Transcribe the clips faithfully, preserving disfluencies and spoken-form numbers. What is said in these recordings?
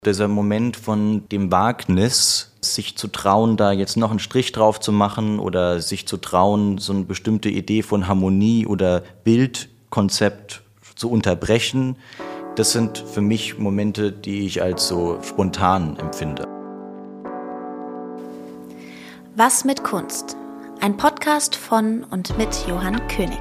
Dieser Moment von dem Wagnis, sich zu trauen, da jetzt noch einen Strich drauf zu machen oder sich zu trauen, so eine bestimmte Idee von Harmonie oder Bildkonzept zu unterbrechen, das sind für mich Momente, die ich als so spontan empfinde. Was mit Kunst? Ein Podcast von und mit Johann König.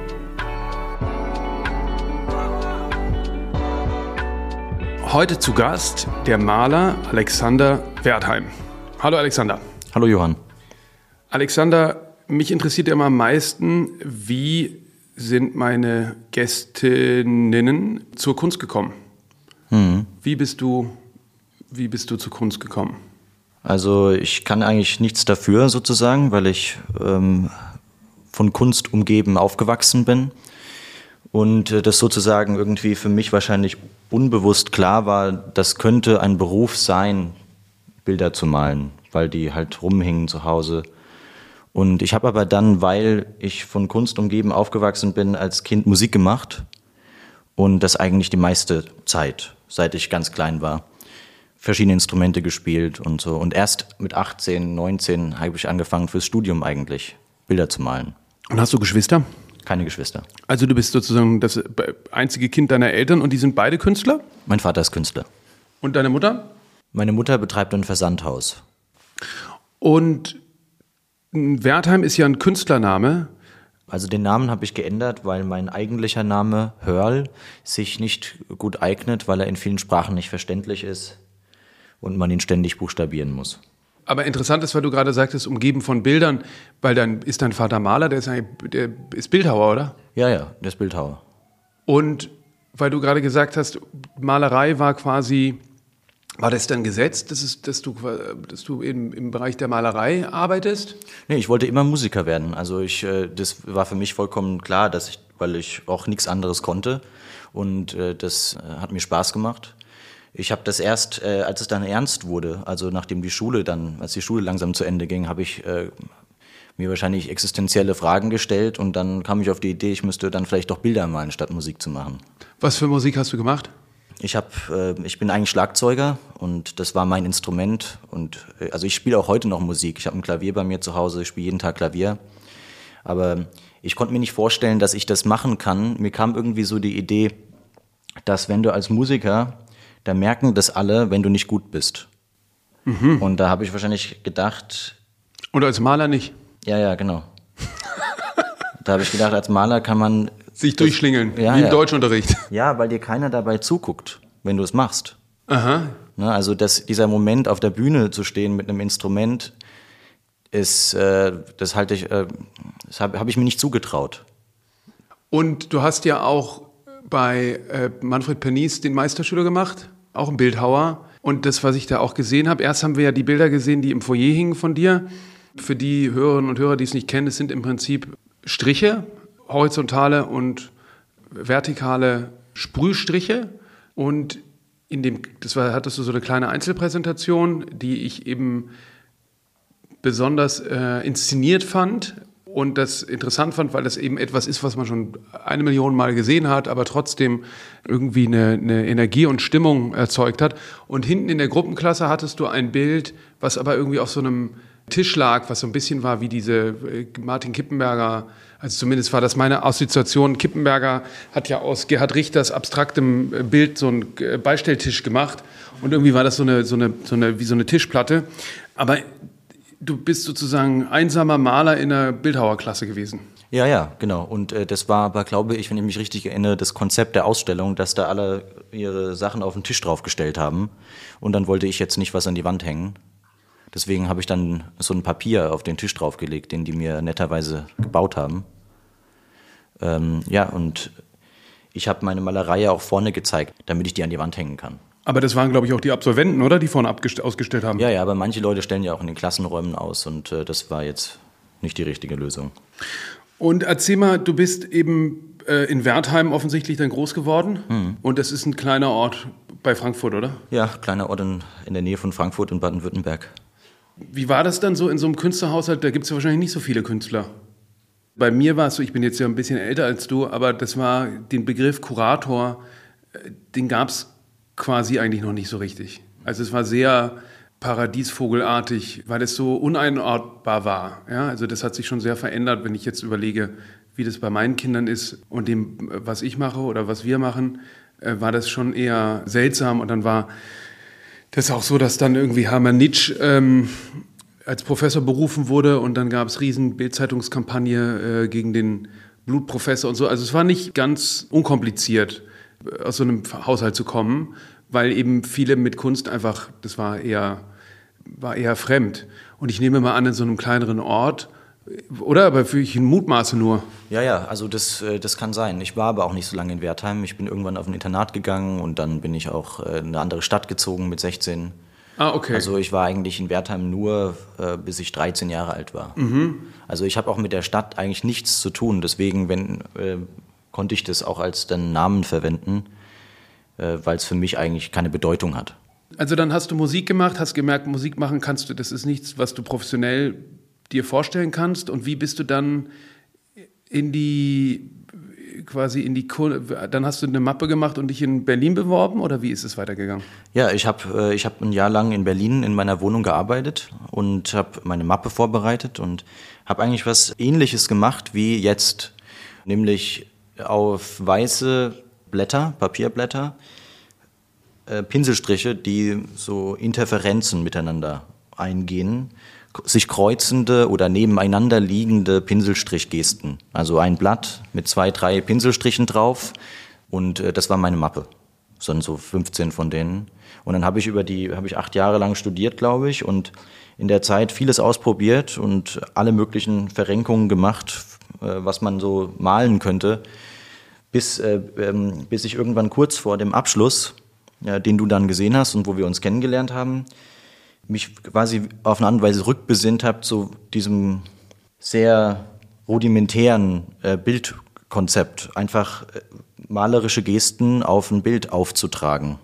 Heute zu Gast der Maler Alexander Wertheim. Hallo Alexander. Hallo Johann. Alexander, mich interessiert immer am meisten, wie sind meine Gästinnen zur Kunst gekommen? Hm. Wie bist du, wie bist du zur Kunst gekommen? Also ich kann eigentlich nichts dafür sozusagen, weil ich ähm, von Kunst umgeben aufgewachsen bin. Und äh, das sozusagen irgendwie für mich wahrscheinlich unbewusst klar war, das könnte ein Beruf sein, Bilder zu malen, weil die halt rumhingen zu Hause. Und ich habe aber dann, weil ich von Kunst umgeben aufgewachsen bin, als Kind Musik gemacht. Und das eigentlich die meiste Zeit, seit ich ganz klein war. Verschiedene Instrumente gespielt und so. Und erst mit achtzehn, neunzehn habe ich angefangen fürs Studium eigentlich, Bilder zu malen. Und hast du Geschwister? Keine Geschwister. Also du bist sozusagen das einzige Kind deiner Eltern und die sind beide Künstler? Mein Vater ist Künstler. Und deine Mutter? Meine Mutter betreibt ein Versandhaus. Und Wertheim ist ja ein Künstlername. Also den Namen habe ich geändert, weil mein eigentlicher Name Hörl sich nicht gut eignet, weil er in vielen Sprachen nicht verständlich ist und man ihn ständig buchstabieren muss. Aber interessant ist, weil du gerade sagtest, umgeben von Bildern, weil dann ist dein Vater Maler, der ist, der ist Bildhauer, oder? Ja, ja, der ist Bildhauer. Und weil du gerade gesagt hast, Malerei war quasi, war das dann gesetzt, dass, es, dass du, dass du im, im Bereich der Malerei arbeitest? Nee, ich wollte immer Musiker werden. Also ich, das war für mich vollkommen klar, dass ich, weil ich auch nichts anderes konnte und das hat mir Spaß gemacht. Ich habe das erst, äh, als es dann ernst wurde, also nachdem die Schule dann, als die Schule langsam zu Ende ging, habe ich äh, mir wahrscheinlich existenzielle Fragen gestellt und dann kam ich auf die Idee, ich müsste dann vielleicht doch Bilder malen, statt Musik zu machen. Was für Musik hast du gemacht? Ich habe, äh, ich bin eigentlich Schlagzeuger und das war mein Instrument und äh, also ich spiele auch heute noch Musik. Ich habe ein Klavier bei mir zu Hause, ich spiele jeden Tag Klavier, aber ich konnte mir nicht vorstellen, dass ich das machen kann. Mir kam irgendwie so die Idee, dass wenn du als Musiker da merken das alle, wenn du nicht gut bist. Mhm. Und da habe ich wahrscheinlich gedacht... Und als Maler nicht? Ja, ja, genau. Da habe ich gedacht, als Maler kann man... Sich das, durchschlingeln, ja, wie im ja. Deutschunterricht. Ja, weil dir keiner dabei zuguckt, wenn du es machst. Aha. Ne, also das, dieser Moment, auf der Bühne zu stehen mit einem Instrument, ist, äh, das halte ich, äh, das habe hab ich mir nicht zugetraut. Und du hast ja auch bei äh, Manfred Pernice den Meisterschüler gemacht, auch ein Bildhauer. Und das, was ich da auch gesehen habe, erst haben wir ja die Bilder gesehen, die im Foyer hingen von dir. Für die Hörerinnen und Hörer, die es nicht kennen, das sind im Prinzip Striche, horizontale und vertikale Sprühstriche. Und in dem, das war, hattest du so eine kleine Einzelpräsentation, die ich eben besonders äh, inszeniert fand. Und das interessant fand, weil das eben etwas ist, was man schon eine Million Mal gesehen hat, aber trotzdem irgendwie eine, eine Energie und Stimmung erzeugt hat. Und hinten in der Gruppenklasse hattest du ein Bild, was aber irgendwie auf so einem Tisch lag, was so ein bisschen war wie diese Martin Kippenberger, also zumindest war das meine Assoziation. Kippenberger hat ja aus Gerhard Richters abstraktem Bild so einen Beistelltisch gemacht und irgendwie war das so eine, so eine, so eine, wie so eine Tischplatte. Aber du bist sozusagen einsamer Maler in einer Bildhauerklasse gewesen. Ja, ja, genau. Und äh, das war aber, glaube ich, wenn ich mich richtig erinnere, das Konzept der Ausstellung, dass da alle ihre Sachen auf den Tisch draufgestellt haben. Und dann wollte ich jetzt nicht was an die Wand hängen. Deswegen habe ich dann so ein Papier auf den Tisch draufgelegt, den die mir netterweise gebaut haben. Ähm, ja, und ich habe meine Malerei auch vorne gezeigt, damit ich die an die Wand hängen kann. Aber das waren, glaube ich, auch die Absolventen, oder? Die vorne abgest- ausgestellt haben. Ja, ja, aber manche Leute stellen ja auch in den Klassenräumen aus und äh, das war jetzt nicht die richtige Lösung. Und erzähl mal, du bist eben äh, in Wertheim offensichtlich dann groß geworden hm. Und das ist ein kleiner Ort bei Frankfurt, oder? Ja, kleiner Ort in, in der Nähe von Frankfurt in Baden-Württemberg. Wie war das dann so in so einem Künstlerhaushalt? Da gibt es ja wahrscheinlich nicht so viele Künstler. Bei mir war es so, ich bin jetzt ja ein bisschen älter als du, aber das war den Begriff Kurator, den gab es quasi eigentlich noch nicht so richtig. Also es war sehr paradiesvogelartig, weil es so uneinordbar war. Ja, also das hat sich schon sehr verändert, wenn ich jetzt überlege, wie das bei meinen Kindern ist und dem, was ich mache oder was wir machen, äh, war das schon eher seltsam. Und dann war das auch so, dass dann irgendwie Hermann Nitsch ähm, als Professor berufen wurde und dann gab es riesen Bild-Zeitungskampagne äh, gegen den Blutprofessor und so. Also es war nicht ganz unkompliziert, aus so einem Haushalt zu kommen, weil eben viele mit Kunst einfach, das war eher, war eher fremd. Und ich nehme mal an, in so einem kleineren Ort, oder? Aber für ich mutmaße nur. Ja, ja, also das, das kann sein. Ich war aber auch nicht so lange in Wertheim. Ich bin irgendwann auf ein Internat gegangen und dann bin ich auch in eine andere Stadt gezogen mit sechzehn. Ah, okay. Also ich war eigentlich in Wertheim nur, äh, bis ich dreizehn Jahre alt war. Mhm. Also ich habe auch mit der Stadt eigentlich nichts zu tun. Deswegen wenn, äh, konnte ich das auch als den Namen verwenden, äh, weil es für mich eigentlich keine Bedeutung hat. Also dann hast du Musik gemacht, hast gemerkt, Musik machen kannst du, das ist nichts, was du professionell dir vorstellen kannst. Und wie bist du dann in die, quasi in die, dann hast du eine Mappe gemacht und dich in Berlin beworben oder wie ist es weitergegangen? Ja, ich habe ich hab ein Jahr lang in Berlin in meiner Wohnung gearbeitet und habe meine Mappe vorbereitet und habe eigentlich was Ähnliches gemacht wie jetzt, nämlich auf weiße Blätter, Papierblätter, äh, Pinselstriche, die so Interferenzen miteinander eingehen, sich kreuzende oder nebeneinander liegende Pinselstrichgesten. Also ein Blatt mit zwei, drei Pinselstrichen drauf und äh, das war meine Mappe. Das sind so fünfzehn von denen. Und dann habe ich über die, habe ich acht Jahre lang studiert, glaube ich, und in der Zeit vieles ausprobiert und alle möglichen Verrenkungen gemacht, äh, was man so malen könnte, bis, äh, ähm, bis ich irgendwann kurz vor dem Abschluss, ja, den du dann gesehen hast und wo wir uns kennengelernt haben, mich quasi auf eine andere Weise rückbesinnt habe zu diesem sehr rudimentären äh, Bildkonzept, einfach äh, malerische Gesten auf ein Bild aufzutragen,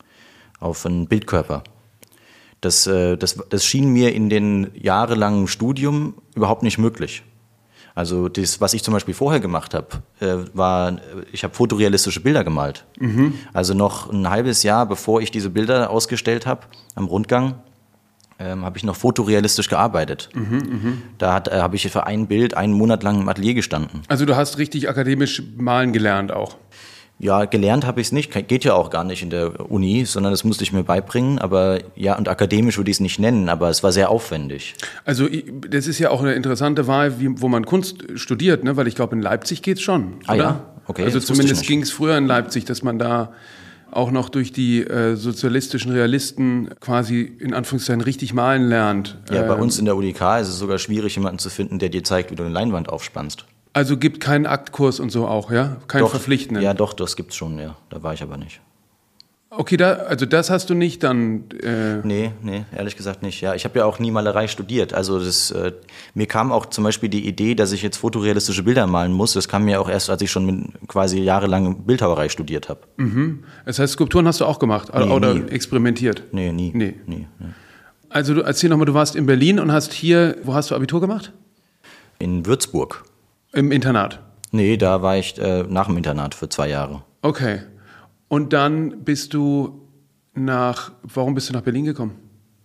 auf einen Bildkörper. Das, äh, das, das schien mir in den jahrelangen Studium überhaupt nicht möglich. Also das, was ich zum Beispiel vorher gemacht habe, äh, war, ich habe fotorealistische Bilder gemalt. Mhm. Also noch ein halbes Jahr, bevor ich diese Bilder ausgestellt habe am Rundgang, ähm, habe ich noch fotorealistisch gearbeitet. Mhm, mh. Da hat, äh, habe ich für ein Bild einen Monat lang im Atelier gestanden. Also du hast richtig akademisch malen gelernt auch? Ja, gelernt habe ich es nicht, geht ja auch gar nicht in der Uni, sondern das musste ich mir beibringen. Aber ja, und akademisch würde ich es nicht nennen, aber es war sehr aufwendig. Also das ist ja auch eine interessante Wahl, wie, wo man Kunst studiert, ne? Weil ich glaube, in Leipzig geht es schon, ah, oder? Ja? Okay, also zumindest ging es früher in Leipzig, dass man da auch noch durch die äh, sozialistischen Realisten quasi in Anführungszeichen richtig malen lernt. Ja, bei ähm, uns in der U D K ist es sogar schwierig, jemanden zu finden, der dir zeigt, wie du eine Leinwand aufspannst. Also gibt keinen Aktkurs und so auch, ja? Keinen doch, verpflichtenden? Ja, doch, das gibt's schon, ja. Da war ich aber nicht. Okay, da, also das hast du nicht dann... Äh nee, nee, ehrlich gesagt nicht. Ja, ich habe ja auch nie Malerei studiert. Also das, äh, mir kam auch zum Beispiel die Idee, dass ich jetzt fotorealistische Bilder malen muss. Das kam mir auch erst, als ich schon mit, quasi jahrelang Bildhauerei studiert habe. Mhm. Das heißt, Skulpturen hast du auch gemacht nee, oder nie. experimentiert? Nee, nie. Nee. nie, nie. Also du, erzähl nochmal, du warst in Berlin und hast hier, wo hast du Abitur gemacht? In Würzburg. Im Internat? Nee, da war ich äh, nach dem Internat für zwei Jahre. Okay. Und dann bist du nach, warum bist du nach Berlin gekommen?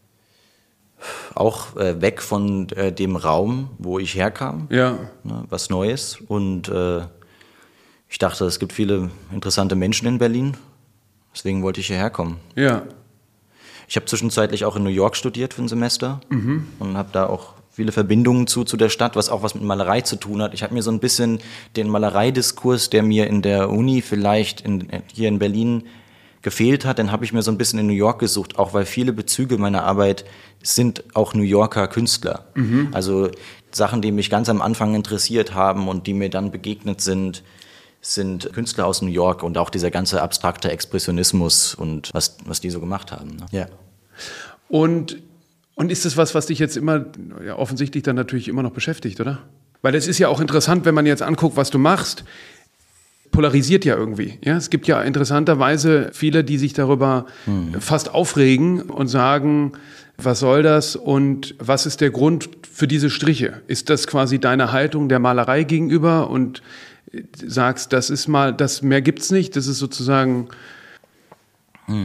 Auch äh, weg von äh, dem Raum, wo ich herkam. Ja. Ne, was Neues. Und äh, ich dachte, es gibt viele interessante Menschen in Berlin. Deswegen wollte ich hierher kommen. Ja. Ich habe zwischenzeitlich auch in New York studiert für ein Semester mhm. und habe da auch viele Verbindungen zu, zu der Stadt, was auch was mit Malerei zu tun hat. Ich habe mir so ein bisschen den Malereidiskurs, der mir in der Uni vielleicht in, hier in Berlin gefehlt hat, den habe ich mir so ein bisschen in New York gesucht, auch weil viele Bezüge meiner Arbeit sind auch New Yorker Künstler. Mhm. Also Sachen, die mich ganz am Anfang interessiert haben und die mir dann begegnet sind, sind Künstler aus New York und auch dieser ganze abstrakte Expressionismus und was, was die so gemacht haben. Ne? Ja. Und Und ist das was, was dich jetzt immer, ja, offensichtlich dann natürlich immer noch beschäftigt, oder? Weil es ist ja auch interessant, wenn man jetzt anguckt, was du machst, polarisiert ja irgendwie. Ja? Es gibt ja interessanterweise viele, die sich darüber hm. fast aufregen und sagen, was soll das und was ist der Grund für diese Striche? Ist das quasi deine Haltung der Malerei gegenüber und sagst, das ist mal, das mehr gibt's nicht, das ist sozusagen... Hm.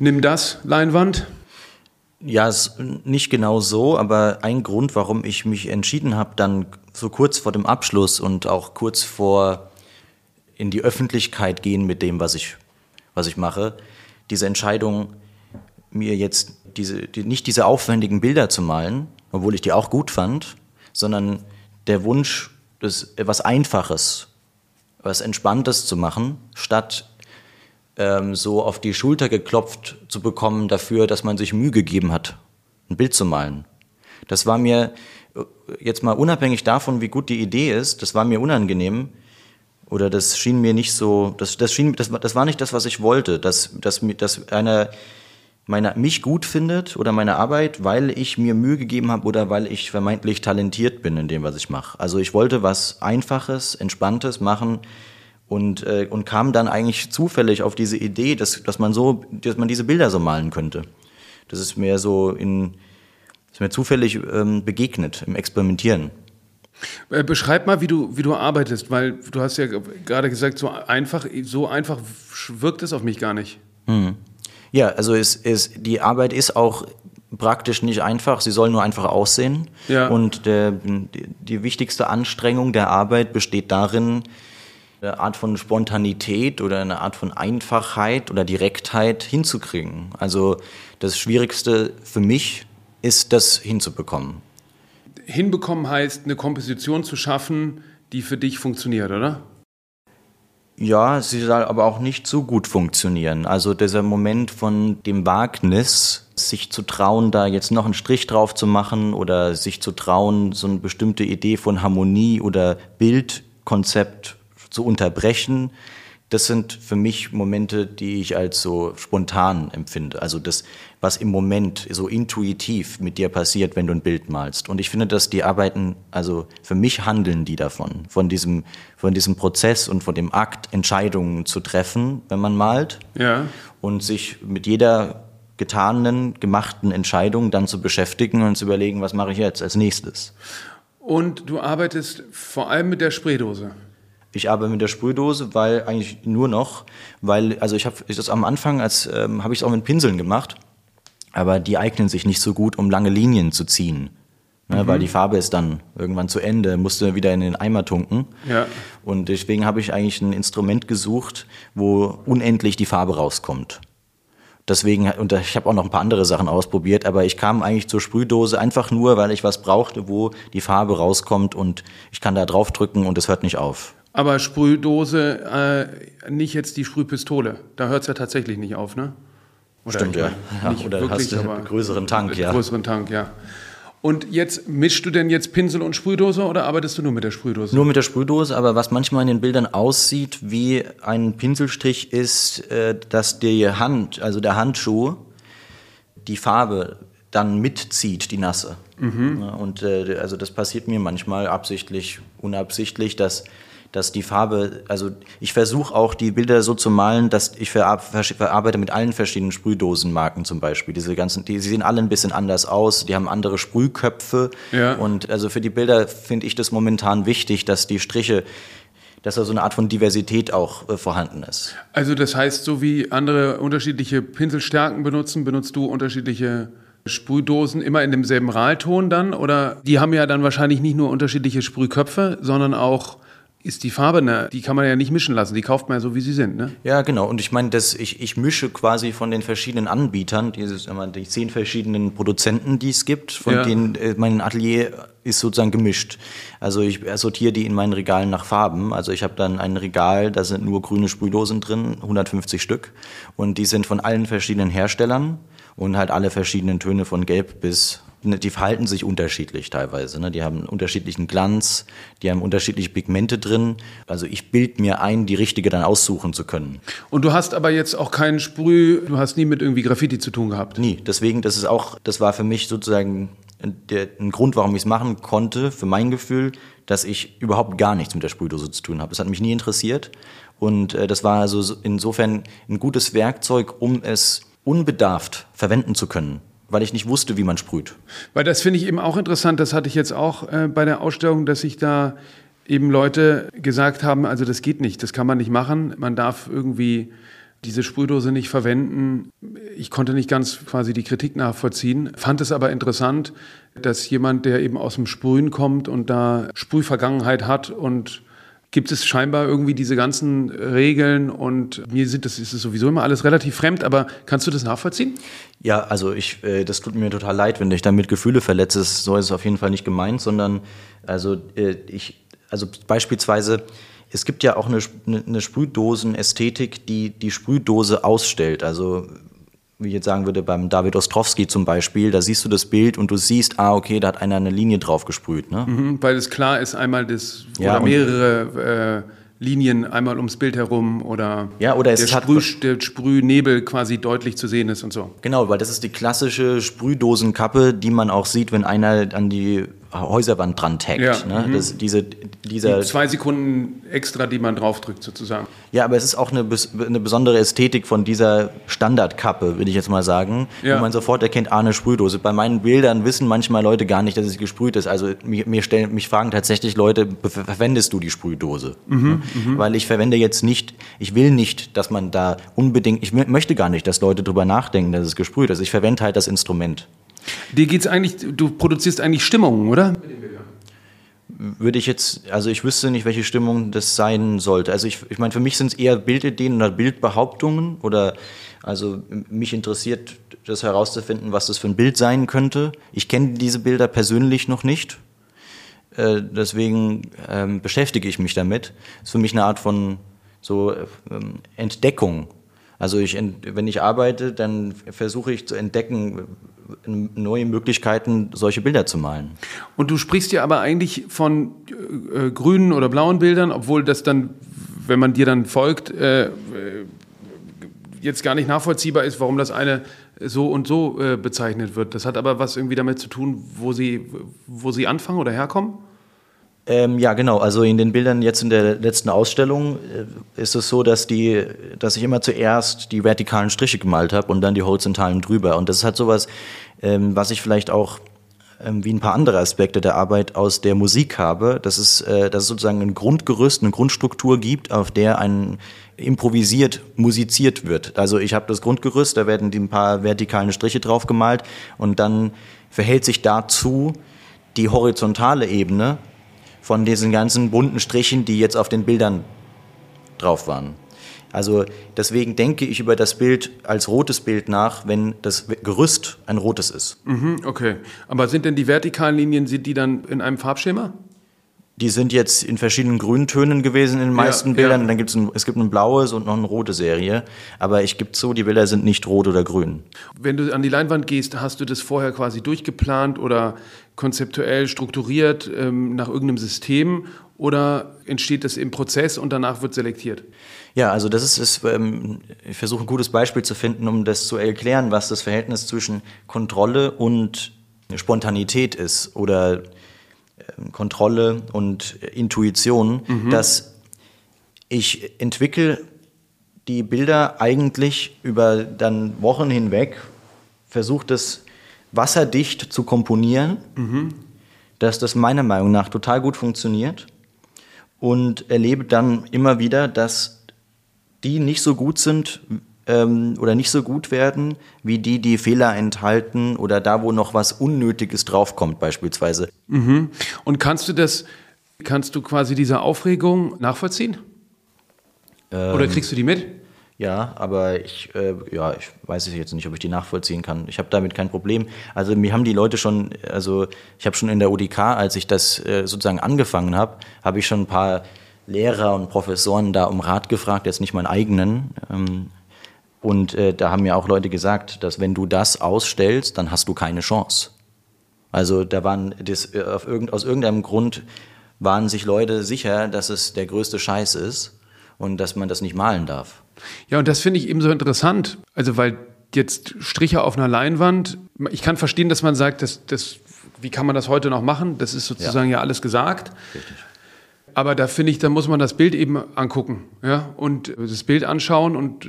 Nimm das, Leinwand. Ja, es, nicht genau so, aber ein Grund, warum ich mich entschieden habe, dann so kurz vor dem Abschluss und auch kurz vor in die Öffentlichkeit gehen mit dem, was ich, was ich mache, diese Entscheidung, mir jetzt diese, die, nicht diese aufwendigen Bilder zu malen, obwohl ich die auch gut fand, sondern der Wunsch, das, etwas Einfaches, was Entspanntes zu machen, statt ähm, so auf die Schulter geklopft zu bekommen dafür, dass man sich Mühe gegeben hat, ein Bild zu malen. Das war mir, jetzt mal unabhängig davon, wie gut die Idee ist, das war mir unangenehm oder das schien mir nicht so, das, das, schien, das, das war nicht das, was ich wollte, dass, dass, dass einer meine, mich gut findet oder meine Arbeit, weil ich mir Mühe gegeben habe oder weil ich vermeintlich talentiert bin in dem, was ich mache. Also ich wollte was Einfaches, Entspanntes machen und, äh, und kam dann eigentlich zufällig auf diese Idee, dass, dass, man so, dass man diese Bilder so malen könnte. Das ist mir so in, ist mir zufällig ähm, begegnet im Experimentieren. Beschreib mal, wie du, wie du arbeitest, weil du hast ja gerade gesagt, so einfach, so einfach wirkt es auf mich gar nicht. Hm. Ja, also es, es, die Arbeit ist auch praktisch nicht einfach, sie soll nur einfach aussehen. Ja. Und der, die, die wichtigste Anstrengung der Arbeit besteht darin, eine Art von Spontanität oder eine Art von Einfachheit oder Direktheit hinzukriegen. Also das Schwierigste für mich ist, das hinzubekommen. Hinbekommen heißt, eine Komposition zu schaffen, die für dich funktioniert, oder? Ja, sie soll aber auch nicht so gut funktionieren. Also dieser Moment von dem Wagnis, sich zu trauen, da jetzt noch einen Strich drauf zu machen oder sich zu trauen, so eine bestimmte Idee von Harmonie oder Bildkonzept zu unterbrechen, das sind für mich Momente, die ich als so spontan empfinde. Also das, was im Moment so intuitiv mit dir passiert, wenn du ein Bild malst. Und ich finde, dass die Arbeiten, also für mich handeln die davon, von diesem, von diesem Prozess und von dem Akt, Entscheidungen zu treffen, wenn man malt. Ja. Und sich mit jeder getanen, gemachten Entscheidung dann zu beschäftigen und zu überlegen, was mache ich jetzt als nächstes. Und du arbeitest vor allem mit der Spraydose. Ich arbeite mit der Sprühdose, weil eigentlich nur noch, weil, also ich habe das am Anfang, als ähm, habe ich es auch mit Pinseln gemacht, aber die eignen sich nicht so gut, um lange Linien zu ziehen, ne, mhm. weil die Farbe ist dann irgendwann zu Ende, musste wieder in den Eimer tunken. Ja. Und deswegen habe ich eigentlich ein Instrument gesucht, wo unendlich die Farbe rauskommt. Deswegen, und ich habe auch noch ein paar andere Sachen ausprobiert, aber ich kam eigentlich zur Sprühdose einfach nur, weil ich was brauchte, wo die Farbe rauskommt und ich kann da draufdrücken und es hört nicht auf. Aber Sprühdose, äh, nicht jetzt die Sprühpistole. Da hört es ja tatsächlich nicht auf, ne? Oder Stimmt, ja. ja. Oder wirklich, hast du einen größeren Tank, ja. größeren Tank, ja. Und jetzt mischst du denn jetzt Pinsel und Sprühdose oder arbeitest du nur mit der Sprühdose? Nur mit der Sprühdose, aber was manchmal in den Bildern aussieht wie ein Pinselstrich ist, äh, dass die Hand, also der Handschuh, die Farbe dann mitzieht, die nasse. Mhm. Ja, und äh, also das passiert mir manchmal absichtlich, unabsichtlich, dass dass die Farbe, also ich versuche auch die Bilder so zu malen, dass ich verar- verarbeite mit allen verschiedenen Sprühdosenmarken zum Beispiel. Diese ganzen, die sehen alle ein bisschen anders aus, die haben andere Sprühköpfe. Ja. Und also für die Bilder finde ich das momentan wichtig, dass die Striche, dass da so eine Art von Diversität auch äh, vorhanden ist. Also das heißt, so wie andere unterschiedliche Pinselstärken benutzen, benutzt du unterschiedliche Sprühdosen immer in demselben Ralton dann? Oder die haben ja dann wahrscheinlich nicht nur unterschiedliche Sprühköpfe, sondern auch ist die Farbe, ne? Die kann man ja nicht mischen lassen, die kauft man ja so, wie sie sind, ne? Ja, genau. Und ich meine, dass ich, ich mische quasi von den verschiedenen Anbietern, dieses, die zehn verschiedenen Produzenten, die es gibt, von ja. denen äh, mein Atelier ist sozusagen gemischt. Also ich sortiere die in meinen Regalen nach Farben. Also ich habe dann ein Regal, da sind nur grüne Sprühdosen drin, hundertfünfzig Stück. Und die sind von allen verschiedenen Herstellern und halt alle verschiedenen Töne von Gelb bis... Die verhalten sich unterschiedlich teilweise. Ne? Die haben einen unterschiedlichen Glanz, die haben unterschiedliche Pigmente drin. Also ich bilde mir ein, die richtige dann aussuchen zu können. Und du hast aber jetzt auch keinen Sprüh, du hast nie mit irgendwie Graffiti zu tun gehabt? Nie. Deswegen, das ist auch, das war für mich sozusagen der, ein Grund, warum ich es machen konnte, für mein Gefühl, dass ich überhaupt gar nichts mit der Sprühdose zu tun habe. Das hat mich nie interessiert. Und äh, das war also insofern ein gutes Werkzeug, um es unbedarft verwenden zu können, weil ich nicht wusste, wie man sprüht. Weil das finde ich eben auch interessant, das hatte ich jetzt auch äh, bei der Ausstellung, dass sich da eben Leute gesagt haben, also das geht nicht, das kann man nicht machen, man darf irgendwie diese Sprühdose nicht verwenden. Ich konnte nicht ganz quasi die Kritik nachvollziehen, fand es aber interessant, dass jemand, der eben aus dem Sprühen kommt und da Sprühvergangenheit hat, und gibt es scheinbar irgendwie diese ganzen Regeln, und mir sind das, ist es sowieso immer alles relativ fremd, aber kannst du das nachvollziehen? Ja, also ich, äh, das tut mir total leid, wenn ich damit Gefühle verletze. So ist es auf jeden Fall nicht gemeint, sondern also äh, ich, also beispielsweise, es gibt ja auch eine, eine Sprühdosenästhetik, die die Sprühdose ausstellt. Also wie ich jetzt sagen würde, beim David Ostrowski zum Beispiel, da siehst du das Bild und du siehst, ah, okay, da hat einer eine Linie drauf gesprüht. Ne? Mhm, weil es klar ist, einmal das, ja, oder mehrere äh, Linien einmal ums Bild herum, oder, ja, oder es der, hat, Sprüh, der Sprühnebel quasi deutlich zu sehen ist und so. Genau, weil das ist die klassische Sprühdosenkappe, die man auch sieht, wenn einer an die Häuserwand dran taggt. Ja, ne? mhm. das, diese, dieser die zwei Sekunden extra, die man draufdrückt sozusagen. Ja, aber es ist auch eine, eine besondere Ästhetik von dieser Standardkappe, würde ich jetzt mal sagen, ja. wo man sofort erkennt, ah, eine Sprühdose. Bei meinen Bildern wissen manchmal Leute gar nicht, dass es gesprüht ist. Also mir, mir stellen, mich fragen tatsächlich Leute, verwendest du die Sprühdose? Mhm, ja? Weil ich verwende jetzt nicht, ich will nicht, dass man da unbedingt, ich möchte gar nicht, dass Leute drüber nachdenken, dass es gesprüht ist. Ich verwende halt das Instrument. Dir geht's eigentlich, du produzierst eigentlich Stimmungen, oder? Würde ich jetzt, also ich wüsste nicht, welche Stimmung das sein sollte. Also ich, ich meine, für mich sind es eher Bildideen oder Bildbehauptungen, oder also mich interessiert das herauszufinden, was das für ein Bild sein könnte. Ich kenne diese Bilder persönlich noch nicht, äh, deswegen ähm, beschäftige ich mich damit. Das ist für mich eine Art von so ähm, Entdeckung. Also ich, wenn ich arbeite, dann versuche ich zu entdecken, neue Möglichkeiten, solche Bilder zu malen. Und du sprichst ja aber eigentlich von äh, grünen oder blauen Bildern, obwohl das dann, wenn man dir dann folgt, äh, jetzt gar nicht nachvollziehbar ist, warum das eine so und so äh, bezeichnet wird. Das hat aber was irgendwie damit zu tun, wo sie, wo sie anfangen oder herkommen? Ähm, ja, genau. Also in den Bildern jetzt in der letzten Ausstellung äh, ist es so, dass die, dass ich immer zuerst die vertikalen Striche gemalt habe und dann die horizontalen drüber. Und das ist halt sowas, ähm, was ich vielleicht auch ähm, wie ein paar andere Aspekte der Arbeit aus der Musik habe. Das ist, äh, dass es sozusagen ein Grundgerüst, eine Grundstruktur gibt, auf der ein improvisiert musiziert wird. Also ich habe das Grundgerüst, da werden die ein paar vertikalen Striche drauf gemalt und dann verhält sich dazu die horizontale Ebene von diesen ganzen bunten Strichen, die jetzt auf den Bildern drauf waren. Also deswegen denke ich über das Bild als rotes Bild nach, wenn das Gerüst ein rotes ist. Mhm, okay. Aber sind denn die vertikalen Linien, sind die dann in einem Farbschema? Die sind jetzt in verschiedenen Grüntönen gewesen in den meisten ja, Bildern. Ja. Dann gibt's ein, es gibt ein blaues und noch eine rote Serie. Aber ich gebe zu, die Bilder sind nicht rot oder grün. Wenn du an die Leinwand gehst, hast du das vorher quasi durchgeplant oder konzeptuell strukturiert ähm, nach irgendeinem System, oder entsteht das im Prozess und danach wird selektiert? Ja, also das ist, ist ähm, ich versuche ein gutes Beispiel zu finden, um das zu erklären, was das Verhältnis zwischen Kontrolle und Spontanität ist oder Kontrolle und Intuition, mhm. dass ich entwickle die Bilder eigentlich über dann Wochen hinweg, versuche das wasserdicht zu komponieren, mhm. dass das meiner Meinung nach total gut funktioniert, und erlebe dann immer wieder, dass die nicht so gut sind ähm, oder nicht so gut werden, wie die, die Fehler enthalten oder da, wo noch was Unnötiges draufkommt beispielsweise. Mhm. Und kannst du das, kannst du quasi diese Aufregung nachvollziehen? Ähm, oder kriegst du die mit? Ja, aber ich, äh, ja, ich weiß jetzt nicht, ob ich die nachvollziehen kann. Ich habe damit kein Problem. Also mir haben die Leute schon, also ich habe schon in der U D K, als ich das äh, sozusagen angefangen habe, habe ich schon ein paar Lehrer und Professoren da um Rat gefragt, jetzt nicht meinen eigenen. Ähm, und äh, da haben mir auch Leute gesagt, dass wenn du das ausstellst, dann hast du keine Chance. Also da waren das, auf irgend, aus irgendeinem Grund waren sich Leute sicher, dass es der größte Scheiß ist und dass man das nicht malen darf. Ja, und das finde ich eben so interessant. Also weil jetzt Striche auf einer Leinwand, ich kann verstehen, dass man sagt, das, das, wie kann man das heute noch machen? Das ist sozusagen ja, ja alles gesagt. Richtig. Aber da finde ich, da muss man das Bild eben angucken, ja, und das Bild anschauen und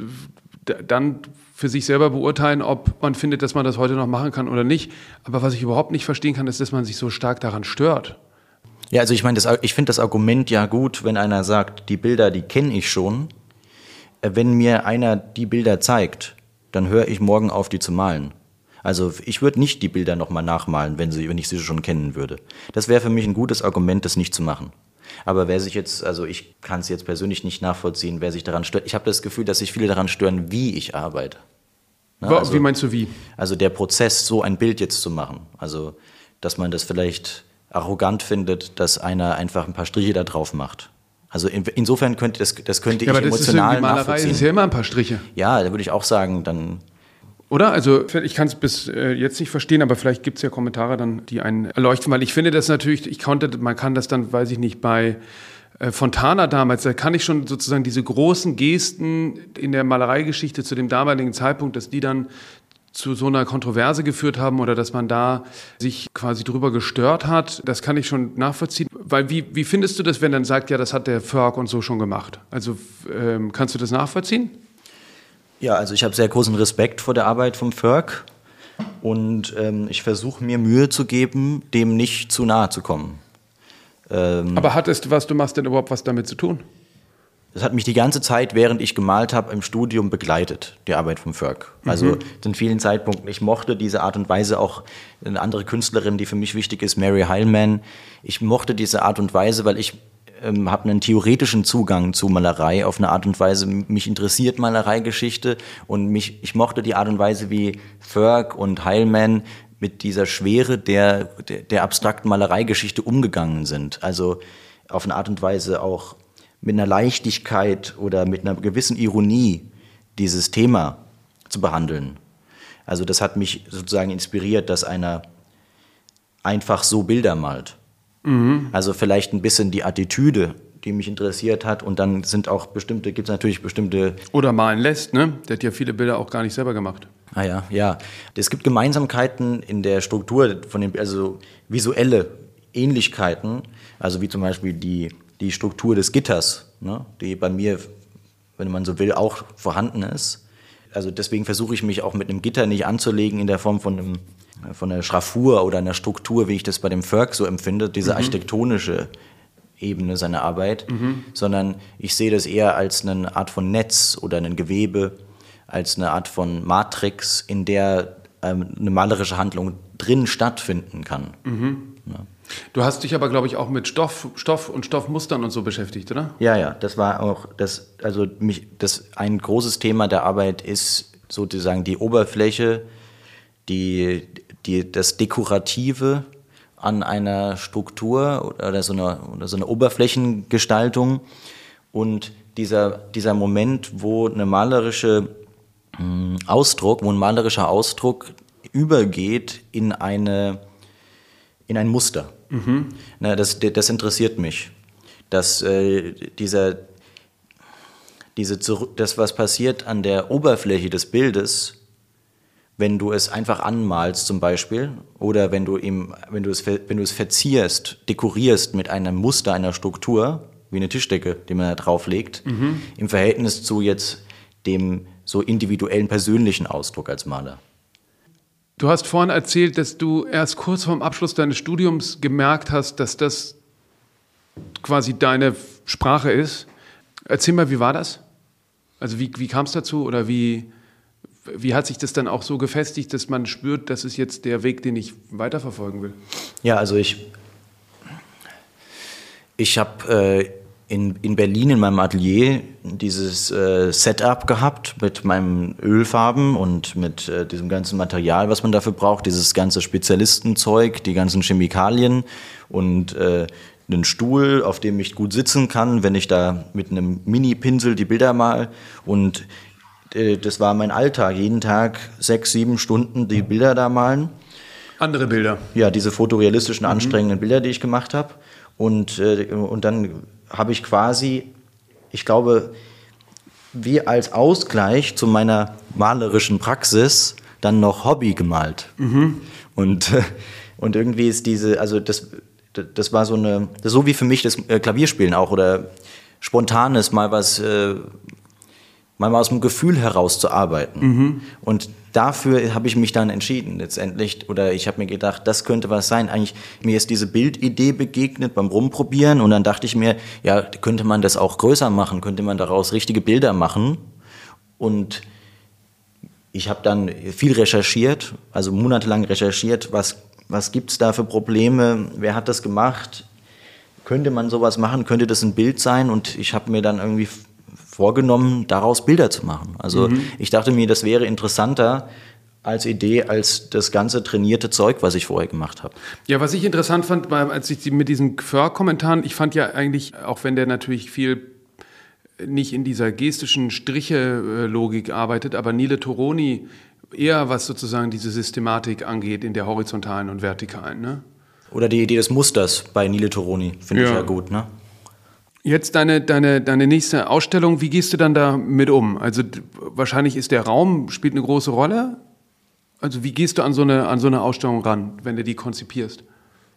dann für sich selber beurteilen, ob man findet, dass man das heute noch machen kann oder nicht. Aber was ich überhaupt nicht verstehen kann, ist, dass man sich so stark daran stört. Ja, also ich meine, ich finde das Argument ja gut, wenn einer sagt, die Bilder, die kenne ich schon. wenn mir einer die Bilder zeigt, dann höre ich morgen auf, die zu malen. Also ich würde nicht die Bilder nochmal nachmalen, wenn, sie, wenn ich sie schon kennen würde. Das wäre für mich ein gutes Argument, das nicht zu machen. Aber wer sich jetzt, also ich kann es jetzt persönlich nicht nachvollziehen, wer sich daran stört. Ich habe das Gefühl, dass sich viele daran stören, wie ich arbeite. Ne? Wie Also, meinst du wie? Also der Prozess, so ein Bild jetzt zu machen. Also, dass man das vielleicht arrogant findet, dass einer einfach ein paar Striche da drauf macht. Also in, insofern könnte das, das könnte Ja, ich aber das emotional ist Malerei, nachvollziehen. das ist ja immer ein paar Striche. Ja, da würde ich auch sagen, dann... Oder? Also ich kann es bis äh, jetzt nicht verstehen, aber vielleicht gibt es ja Kommentare dann, die einen erleuchten, weil ich finde das natürlich, ich konnte, man kann das dann, weiß ich nicht, bei äh, Fontana damals, da kann ich schon sozusagen diese großen Gesten in der Malereigeschichte zu dem damaligen Zeitpunkt, dass die dann zu so einer Kontroverse geführt haben oder dass man da sich quasi drüber gestört hat, das kann ich schon nachvollziehen. Weil wie, wie findest du das, wenn dann sagt, ja, das hat der Förg und so schon gemacht? Also ähm, kannst du das nachvollziehen? Ja, also ich habe sehr großen Respekt vor der Arbeit vom Förg und ähm, ich versuche mir Mühe zu geben, dem nicht zu nahe zu kommen. Ähm, Aber hat es, was du machst, denn überhaupt was damit zu tun? Das hat mich die ganze Zeit, während ich gemalt habe, im Studium begleitet, die Arbeit vom Förg. Also mhm. in vielen Zeitpunkten. Ich mochte diese Art und Weise auch, eine andere Künstlerin, die für mich wichtig ist, Mary Heilman. Ich mochte diese Art und Weise, weil ich ähm, habe einen theoretischen Zugang zu Malerei auf eine Art und Weise. Mich interessiert Malereigeschichte und mich, ich mochte die Art und Weise, wie Förg und Heilman mit dieser Schwere der, der, der abstrakten Malereigeschichte umgegangen sind. Also auf eine Art und Weise auch mit einer Leichtigkeit oder mit einer gewissen Ironie dieses Thema zu behandeln. Also das hat mich sozusagen inspiriert, dass einer einfach so Bilder malt. Mhm. Also vielleicht ein bisschen die Attitüde, die mich interessiert hat, und dann sind auch bestimmte, gibt es natürlich bestimmte... Oder malen lässt, ne? Der hat ja viele Bilder auch gar nicht selber gemacht. Ah ja, ja. Es gibt Gemeinsamkeiten in der Struktur, von den, also visuelle Ähnlichkeiten, also wie zum Beispiel die die Struktur des Gitters, ne, die bei mir, wenn man so will, auch vorhanden ist. Also deswegen versuche ich mich auch mit einem Gitter nicht anzulegen in der Form von, einem, von einer Schraffur oder einer Struktur, wie ich das bei dem Förg so empfinde, diese mhm. architektonische Ebene seiner Arbeit, mhm. sondern ich sehe das eher als eine Art von Netz oder ein Gewebe, als eine Art von Matrix, in der ähm, eine malerische Handlung drin stattfinden kann. Mhm. Ja. Du hast dich aber, glaube ich, auch mit Stoff, Stoff und Stoffmustern und so beschäftigt, oder? Ja, ja, das war auch, das, also mich, das ein großes Thema der Arbeit ist sozusagen die Oberfläche, die, die, das Dekorative an einer Struktur oder so einer, oder so eine Oberflächengestaltung und dieser, dieser Moment, wo eine malerische mh, Ausdruck, wo ein malerischer Ausdruck übergeht in eine in ein Muster. Mhm. Na, das, das interessiert mich. Dass äh, dieser, diese, das, was passiert an der Oberfläche des Bildes, wenn du es einfach anmalst zum Beispiel, oder wenn du, ihm, wenn du, es, wenn du es verzierst, dekorierst mit einem Muster, einer Struktur, wie eine Tischdecke, die man da drauflegt, mhm. im Verhältnis zu jetzt dem so individuellen, persönlichen Ausdruck als Maler. Du hast vorhin erzählt, dass du erst kurz vorm Abschluss deines Studiums gemerkt hast, dass das quasi deine Sprache ist. Erzähl mal, wie war das? Also wie, wie kam es dazu oder wie, wie hat sich das dann auch so gefestigt, dass man spürt, das ist jetzt der Weg, den ich weiterverfolgen will? Ja, also ich, ich habe äh, in, in Berlin in meinem Atelier dieses äh, Setup gehabt mit meinen Ölfarben und mit äh, diesem ganzen Material, was man dafür braucht, dieses ganze Spezialistenzeug, die ganzen Chemikalien und äh, einen Stuhl, auf dem ich gut sitzen kann, wenn ich da mit einem Mini-Pinsel die Bilder mal. Und äh, das war mein Alltag, jeden Tag sechs, sieben Stunden die Bilder da malen. Andere Bilder? Ja, diese fotorealistischen, mhm. anstrengenden Bilder, die ich gemacht habe. Und, äh, und dann habe ich quasi, ich glaube, wie als Ausgleich zu meiner malerischen Praxis dann noch Hobby gemalt. Mhm. Und, und irgendwie ist diese, also das, das war so eine, so wie für mich das Klavierspielen auch oder spontanes, mal was, äh, mal aus dem Gefühl heraus zu arbeiten. Mhm. Und dafür habe ich mich dann entschieden letztendlich, oder ich habe mir gedacht, das könnte was sein. Eigentlich, mir ist diese Bildidee begegnet beim Rumprobieren und dann dachte ich mir, ja, könnte man das auch größer machen, könnte man daraus richtige Bilder machen Und ich habe dann viel recherchiert, also monatelang recherchiert, was, was gibt es da für Probleme, wer hat das gemacht, könnte man sowas machen, könnte das ein Bild sein? Und ich habe mir dann irgendwie vorgenommen, daraus Bilder zu machen. Also mhm. ich dachte mir, das wäre interessanter als Idee, als das ganze trainierte Zeug, was ich vorher gemacht habe. Ja, was ich interessant fand, war, als ich mit diesen Gför-Kommentaren, ich fand ja eigentlich, auch wenn der natürlich viel nicht in dieser gestischen Striche-Logik arbeitet, aber Nile Toroni eher, was sozusagen diese Systematik angeht, in der horizontalen und vertikalen, ne? Oder die Idee des Musters bei Nile Toroni, finde ja. ich ja gut, ne? Jetzt deine, deine, deine nächste Ausstellung, wie gehst du dann da mit um? Also wahrscheinlich ist der Raum, spielt eine große Rolle. Also wie gehst du an so eine, an so eine Ausstellung ran, wenn du die konzipierst?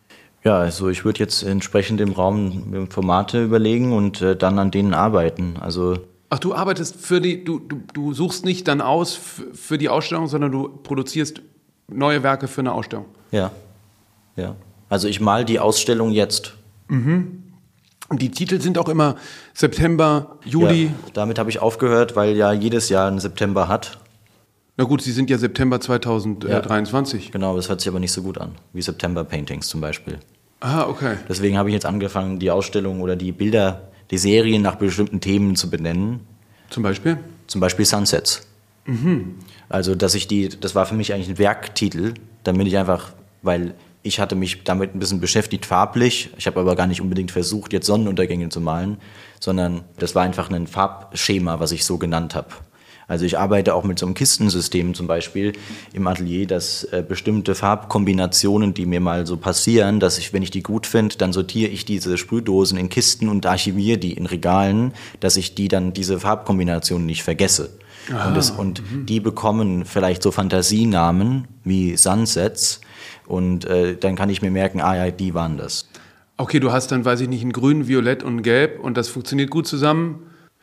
Ja, also ich würde jetzt entsprechend im Raum Formate überlegen und äh, dann an denen arbeiten. Also Ach, du arbeitest für die, du, du, du suchst nicht dann aus f- für die Ausstellung, sondern du produzierst neue Werke für eine Ausstellung? Ja, ja. Also ich mal die Ausstellung jetzt. Mhm. Und die Titel sind auch immer September, Juli? Ja, damit habe ich aufgehört, weil ja jedes Jahr einen September hat. Na gut, sie sind ja September zweitausenddreiundzwanzig. Ja, genau, das hört sich aber nicht so gut an, wie September Paintings zum Beispiel. Ah, okay. Deswegen habe ich jetzt angefangen, die Ausstellung oder die Bilder, die Serien nach bestimmten Themen zu benennen. Zum Beispiel? Zum Beispiel Sunsets. Mhm. Also, dass ich die, das war für mich eigentlich ein Werktitel, damit ich einfach, weil ich hatte mich damit ein bisschen beschäftigt farblich. Ich habe aber gar nicht unbedingt versucht, jetzt Sonnenuntergänge zu malen, sondern das war einfach ein Farbschema, was ich so genannt habe. Also ich arbeite auch mit so einem Kistensystem zum Beispiel im Atelier, dass äh, bestimmte Farbkombinationen, die mir mal so passieren, dass ich, wenn ich die gut finde, dann sortiere ich diese Sprühdosen in Kisten und archiviere die in Regalen, dass ich die dann, diese Farbkombinationen nicht vergesse. Ah, und das, und mhm. die bekommen vielleicht so Fantasienamen wie Sunsets und äh, dann kann ich mir merken, ah ja, die waren das. Okay, du hast dann, weiß ich nicht, ein Grün, Violett und ein Gelb und das funktioniert gut zusammen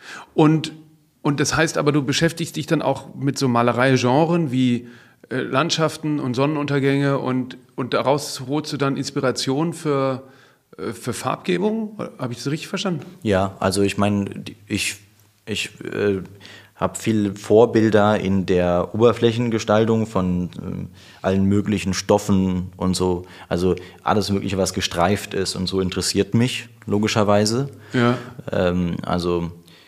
und Und das heißt aber, du beschäftigst dich dann auch mit so Malerei-Genren wie äh, Landschaften und Sonnenuntergänge und, und daraus holst du dann Inspiration für, äh, für Farbgebung? Habe ich das richtig verstanden? Ja, also ich meine, ich, ich äh, habe viele Vorbilder in der Oberflächengestaltung von äh, allen möglichen Stoffen und so. Also alles Mögliche, was gestreift ist und so, interessiert mich logischerweise. Ja. Ähm, also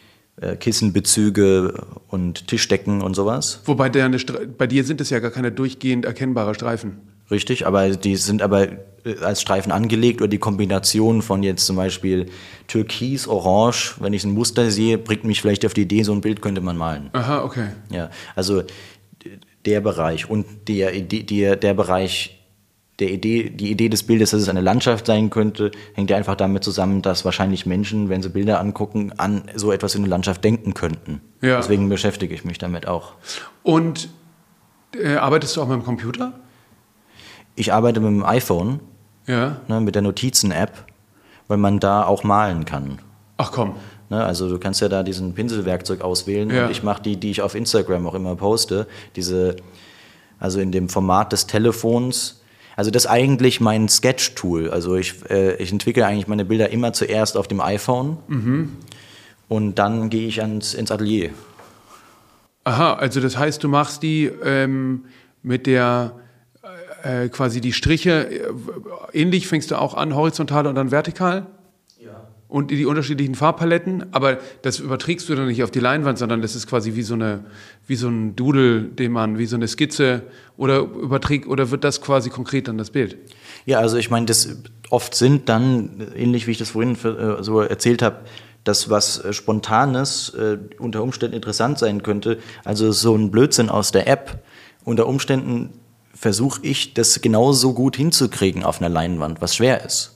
Kissenbezüge und Tischdecken und sowas. Wobei der eine Stre- bei dir sind es ja gar keine durchgehend erkennbare Streifen. Richtig, aber die sind aber als Streifen angelegt oder die Kombination von jetzt zum Beispiel Türkis, Orange, wenn ich ein Muster sehe, bringt mich vielleicht auf die Idee, so ein Bild könnte man malen. Aha, okay. Ja, also der Bereich und der, der, der Bereich Der Idee, die Idee des Bildes, dass es eine Landschaft sein könnte, hängt ja einfach damit zusammen, dass wahrscheinlich Menschen, wenn sie Bilder angucken, an so etwas in eine Landschaft denken könnten. Ja. Deswegen beschäftige ich mich damit auch. Und äh, arbeitest du auch mit dem Computer? Ich arbeite mit dem iPhone, ja. ne, mit der Notizen-App, weil man da auch malen kann. Ach komm. Ne, also du kannst ja da diesen Pinselwerkzeug auswählen ja. und ich mache die, die ich auf Instagram auch immer poste, diese, also in dem Format des Telefons. Also das ist eigentlich mein Sketch-Tool. Also ich, äh, ich entwickle eigentlich meine Bilder immer zuerst auf dem iPhone mhm. und dann gehe ich ans, ins Atelier. Aha, also das heißt, du machst die ähm, mit der äh, quasi die Striche, äh, ähnlich fängst du auch an, horizontal und dann vertikal? Ja. Und die unterschiedlichen Farbpaletten, aber das überträgst du dann nicht auf die Leinwand, sondern das ist quasi wie so eine, wie so ein Doodle, den man, wie so eine Skizze oder überträgt, oder wird das quasi konkret dann das Bild? Ja, also ich meine, das oft sind dann, ähnlich wie ich das vorhin für, äh, so erzählt habe, das, was äh, Spontanes äh, unter Umständen interessant sein könnte, also so ein Blödsinn aus der App, unter Umständen versuche ich, das genauso gut hinzukriegen auf einer Leinwand, was schwer ist.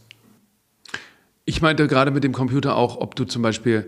Ich meinte gerade mit dem Computer auch, ob du zum Beispiel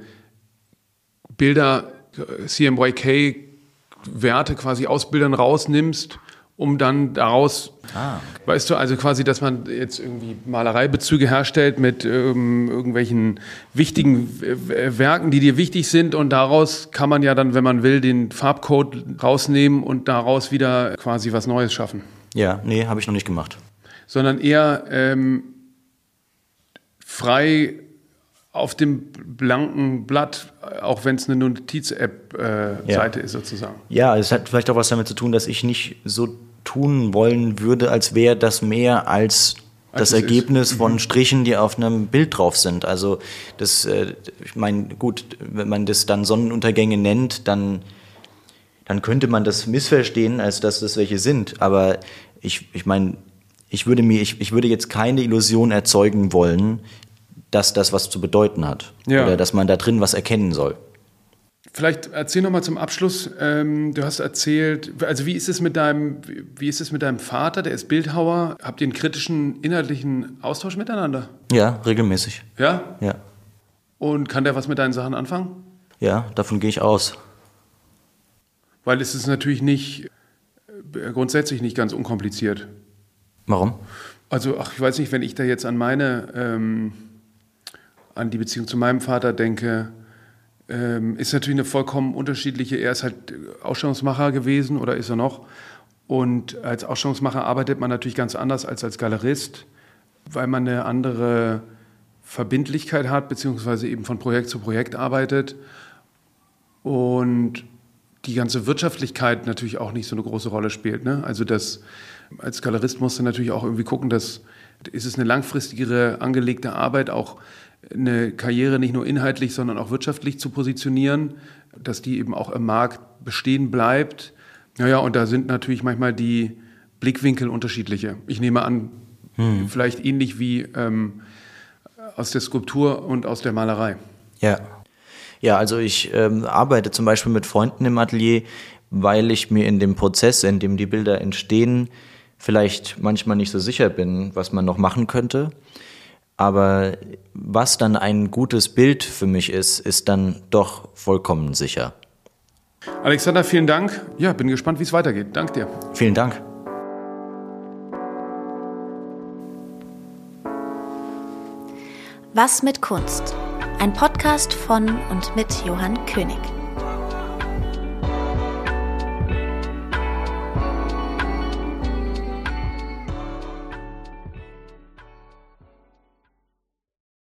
Bilder, C M Y K-Werte quasi aus Bildern rausnimmst, um dann daraus, ah, okay. weißt du, also quasi, dass man jetzt irgendwie Malereibezüge herstellt mit ähm, irgendwelchen wichtigen äh, Werken, die dir wichtig sind, und daraus kann man ja dann, wenn man will, den Farbcode rausnehmen und daraus wieder quasi was Neues schaffen. Ja, nee, habe ich noch nicht gemacht. Sondern eher ähm, frei auf dem blanken Blatt, auch wenn es eine Notiz-App-Seite äh, ja. ist sozusagen. Ja, es hat vielleicht auch was damit zu tun, dass ich nicht so tun wollen würde, als wäre das mehr als das als Ergebnis von Strichen, die auf einem Bild drauf sind. Also das, äh, ich meine, gut, wenn man das dann Sonnenuntergänge nennt, dann, dann könnte man das missverstehen, als dass das welche sind. Aber ich, ich meine, ich würde mir, ich, ich würde jetzt keine Illusion erzeugen wollen, dass das was zu bedeuten hat. Ja. Oder dass man da drin was erkennen soll. Vielleicht erzähl noch mal zum Abschluss. Ähm, du hast erzählt, also wie ist es mit deinem, wie ist es mit deinem Vater? Der ist Bildhauer. Habt ihr einen kritischen inhaltlichen Austausch miteinander? Ja, regelmäßig. Ja? Ja. Und kann der was mit deinen Sachen anfangen? Ja, davon gehe ich aus. Weil es ist natürlich nicht, grundsätzlich nicht ganz unkompliziert. Warum? Also, ach, ich weiß nicht, wenn ich da jetzt an meine, ähm, an die Beziehung zu meinem Vater denke, ähm, ist natürlich eine vollkommen unterschiedliche. Er ist halt Ausstellungsmacher gewesen oder ist er noch. Und als Ausstellungsmacher arbeitet man natürlich ganz anders als als Galerist, weil man eine andere Verbindlichkeit hat, beziehungsweise eben von Projekt zu Projekt arbeitet. Und die ganze Wirtschaftlichkeit natürlich auch nicht so eine große Rolle spielt. Ne? Also das, als Galerist musst du natürlich auch irgendwie gucken, dass ist es eine langfristigere angelegte Arbeit, auch eine Karriere nicht nur inhaltlich, sondern auch wirtschaftlich zu positionieren, dass die eben auch im Markt bestehen bleibt. Naja, und da sind natürlich manchmal die Blickwinkel unterschiedliche. Ich nehme an, hm. vielleicht ähnlich wie ähm, aus der Skulptur und aus der Malerei. Ja. Ja, also ich ähm, arbeite zum Beispiel mit Freunden im Atelier, weil ich mir in dem Prozess, in dem die Bilder entstehen, vielleicht manchmal nicht so sicher bin, was man noch machen könnte. Aber was dann ein gutes Bild für mich ist, ist dann doch vollkommen sicher. Alexander, vielen Dank. Ja, bin gespannt, wie es weitergeht. Danke dir. Vielen Dank. Was mit Kunst? Ein Podcast von und mit Johann König.